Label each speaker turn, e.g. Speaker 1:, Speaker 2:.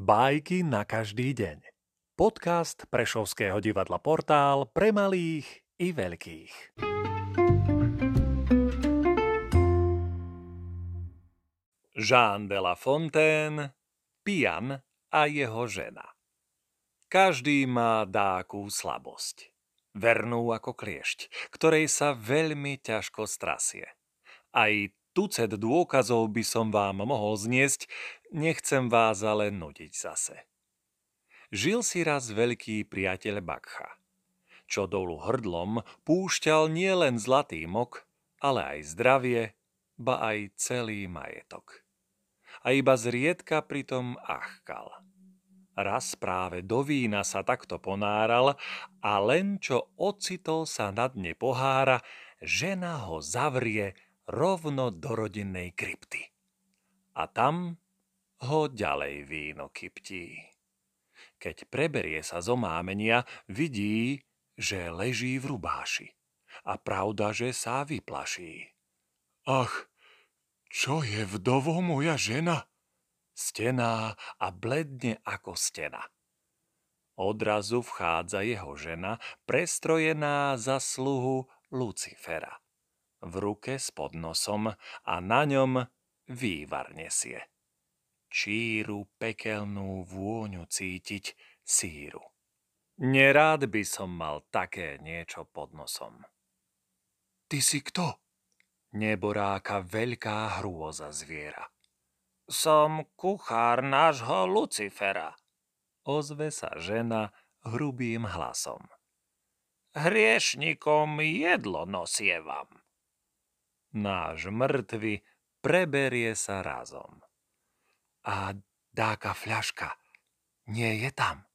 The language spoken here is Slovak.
Speaker 1: Bajky na každý deň. Podcast Prešovského divadla Portál pre malých i veľkých. Jean de La Fontaine, Pian a jeho žena. Každý má dákú slabosť. Vernú ako kliešť, ktorej sa veľmi ťažko strasie. Aj tucet dôkazov by som vám mohol zniesť, nechcem vás ale nudiť zase. Žil si raz veľký priateľ Bakcha, čo dolu hrdlom púšťal nielen zlatý mok, ale aj zdravie, ba aj celý majetok. A iba zriedka pritom achkal. Raz práve do vína sa takto ponáral a len čo ocitol sa na dne pohára, žena ho zavrie rovno do rodinnej krypty. A tam ho ďalej víno kyptí. Keď preberie sa z omámenia, vidí, že leží v rubáši. A pravda, že sa vyplaší. Ach, čo je vdovo moja žena? Stená a bledne ako stena. Odrazu vchádza jeho žena, prestrojená za sluhu Lucifera. V ruke s podnosom a na ňom vývar nesie. Číru pekelnú vôňu cítiť síru. Nerád by som mal také niečo pod nosom. Ty si kto? Neboráka veľká hrôza zviera. Som kuchár nášho Lucifera, ozve sa žena hrubým hlasom. Hriešnikom jedlo nosievam. Náš mŕtvy preberie sa razom. A dáka fľaška nie je tam?